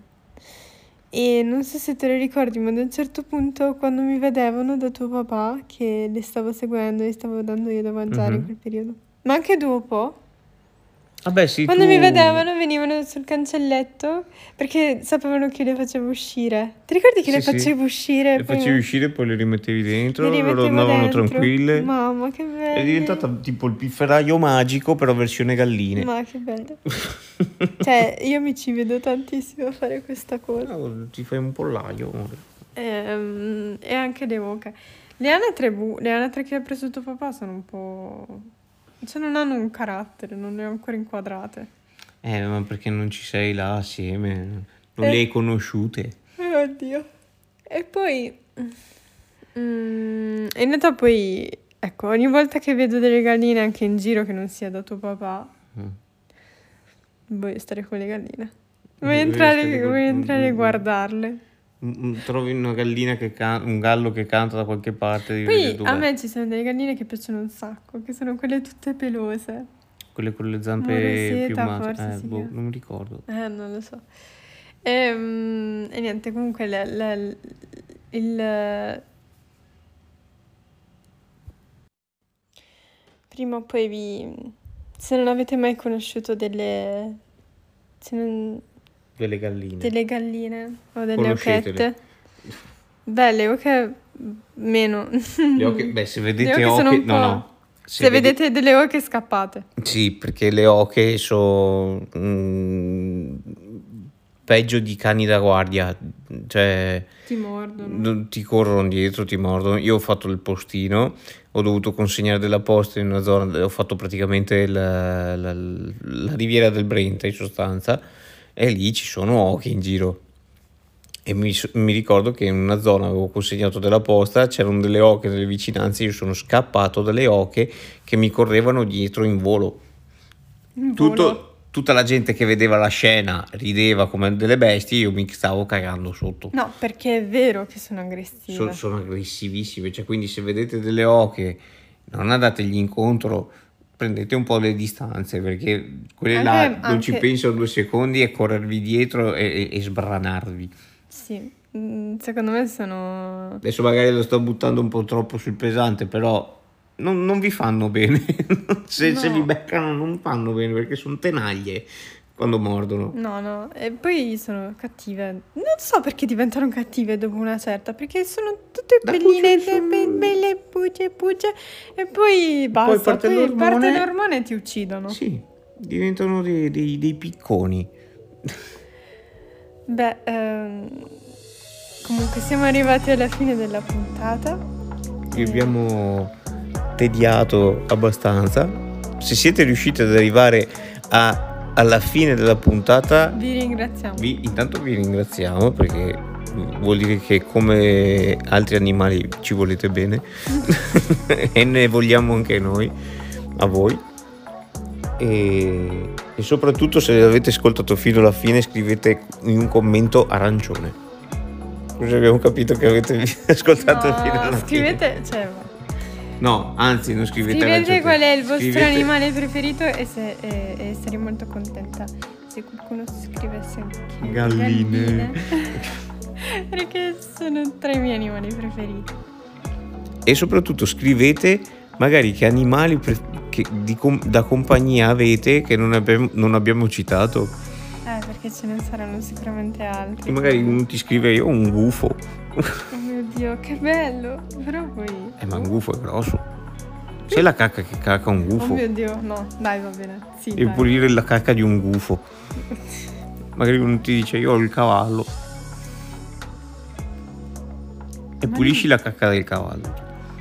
E non so se te lo ricordi, ma ad un certo punto quando mi vedevano da tuo papà, che le stavo seguendo e stavo dando io da mangiare in Mhm. quel periodo, ma anche dopo, Vabbè sì, quando tu... mi vedevano venivano sul cancelletto perché sapevano che le facevo uscire. Ti ricordi che Sì, le sì. facevo uscire? Le poi facevi me- uscire e poi le rimettevi dentro, le loro rimettevo andavano dentro. tranquille. Mamma, che bello. È diventata tipo il pifferaio magico, però versione galline. Ma che bello. Cioè, io mi ci vedo tantissimo a fare questa cosa. No, ti fai un pollaio, amore. Ehm, e anche le oche. Le anatre, bu- le anatre che ha preso tuo papà sono un po'... Cioè non hanno un carattere, non le ho ancora inquadrate. Eh, ma perché non ci sei là assieme? Non Eh. le hai conosciute? Eh, oddio. E poi... mm, in realtà poi... Ecco, ogni volta che vedo delle galline anche in giro che non sia da tuo papà, Mm. voglio stare con le galline. Voglio Voglio entrare, stare con- voglio entrare e mm, guardarle. Mm, mm, Trovi una gallina che canta, un gallo che canta da qualche parte, devi vedere Poi dov'è. a me ci sono delle galline che piacciono un sacco, che sono quelle tutte pelose. Quelle con le zampe Moroseta, piumate. forse Eh, si boh, chiama. non mi ricordo. Eh, non lo so. Ehm, E, niente, comunque la- la- il... il- Prima o poi vi... Se non avete mai conosciuto delle... se non- Delle galline. delle galline o delle Conoscetele. occhette. Belle, oche meno. Le oche, beh, se vedete oche oche, sono un no, po'- no. Se, vedete delle oche scappate. Sì, perché le oche sono peggio di cani da guardia, cioè Ti mordono. non- ti corrono dietro, ti mordono. Io ho fatto il postino, ho dovuto consegnare della posta in una zona, ho fatto praticamente la, la- la riviera del Brenta in sostanza, e lì ci sono oche in giro. E mi, s- mi ricordo che in una zona avevo consegnato della posta, c'erano delle oche nelle vicinanze, io sono scappato dalle oche che mi correvano dietro in volo. In Tutto- volo. tutta la gente che vedeva la scena rideva come delle bestie, io mi stavo cagando sotto. No, perché è vero che sono aggressive. So- sono aggressivissime, cioè quindi se vedete delle oche non andategli incontro, prendete un po' le distanze, perché quelle là Anche- non ci anche- pensano due secondi e corrervi dietro e, e- e sbranarvi. Sì, mm, secondo me sono... Adesso magari lo sto buttando un po' troppo sul pesante, però non, non vi fanno bene. se, se No. vi beccano non fanno bene, perché sono tenaglie quando mordono. No, no, e poi sono cattive. Non so perché diventano cattive dopo una certa, perché sono tutte Da belline, cuccio sono- be- belle, pucce, pucce, e poi basta, parte poi l'ormone. parte l'ormone e ti uccidono. Sì, diventano dei, dei- dei picconi. Beh, ehm, comunque siamo arrivati alla fine della puntata. Vi abbiamo tediato abbastanza. Se siete riusciti ad arrivare a- alla fine della puntata, Vi ringraziamo. vi, intanto vi ringraziamo, perché vuol dire che come altri animali ci volete bene e ne vogliamo anche noi a voi. E, e soprattutto, se avete ascoltato fino alla fine, scrivete in un commento arancione, così abbiamo capito che avete ascoltato No, fino alla scrivete, cioè, fine. No, anzi, non scrivete scrivete arancione. qual è il vostro Scrivete- animale preferito e, se, e, e sarei molto contenta se qualcuno scrivesse anche Galline. galline. Perché sono tra i miei animali preferiti. E soprattutto scrivete magari che animali pre- che di com- da compagnia avete che non abbiamo, non abbiamo citato. Eh, perché ce ne saranno sicuramente altri. E magari uno ti scrive: io ho un gufo. Oh mio Dio, che bello. Però poi... Eh, ma un gufo è grosso. Sai la cacca che caca un Oh gufo? mio Dio, no, dai, va bene. Sì, Devi dai. pulire la cacca di un gufo. Magari uno ti dice: io ho il cavallo. E Ma pulisci la cacca del cavallo.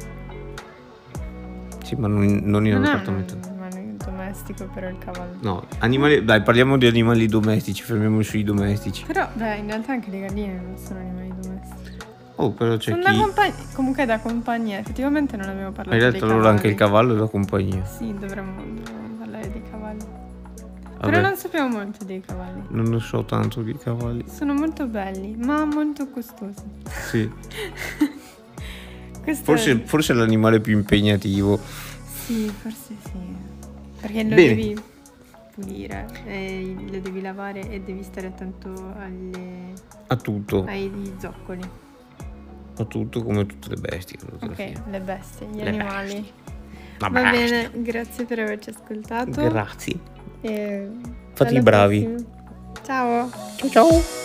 Sì, ma non, non in un Non è appartamento. un animale domestico, però il cavallo. No, animali. Dai, parliamo di animali domestici, fermiamoci sui domestici. Però, beh, in realtà anche le galline non sono animali domestici. Oh, però c'è Sono chi. da compagnia. Comunque da compagnia. Effettivamente non abbiamo parlato In dei realtà cavalli. allora anche il cavallo è la compagnia. Sì, dovremmo, dovremmo parlare dei cavalli. Vabbè, Però non sappiamo molto dei cavalli. non ne so tanto di cavalli. Sono molto belli, ma molto costosi. Sì. Questo Forse, è... forse è l'animale più impegnativo. Sì, forse sì. Perché lo Bene. devi pulire, e lo devi lavare e devi stare attento alle... A tutto. ai zoccoli. A tutto, come tutte le bestie. alla Ok, fine. le bestie, gli Le animali. bestie. Va Vabbè. bene, grazie per averci ascoltato. Grazie. E Fate i alla bravi. prossima. Ciao. Ciao ciao.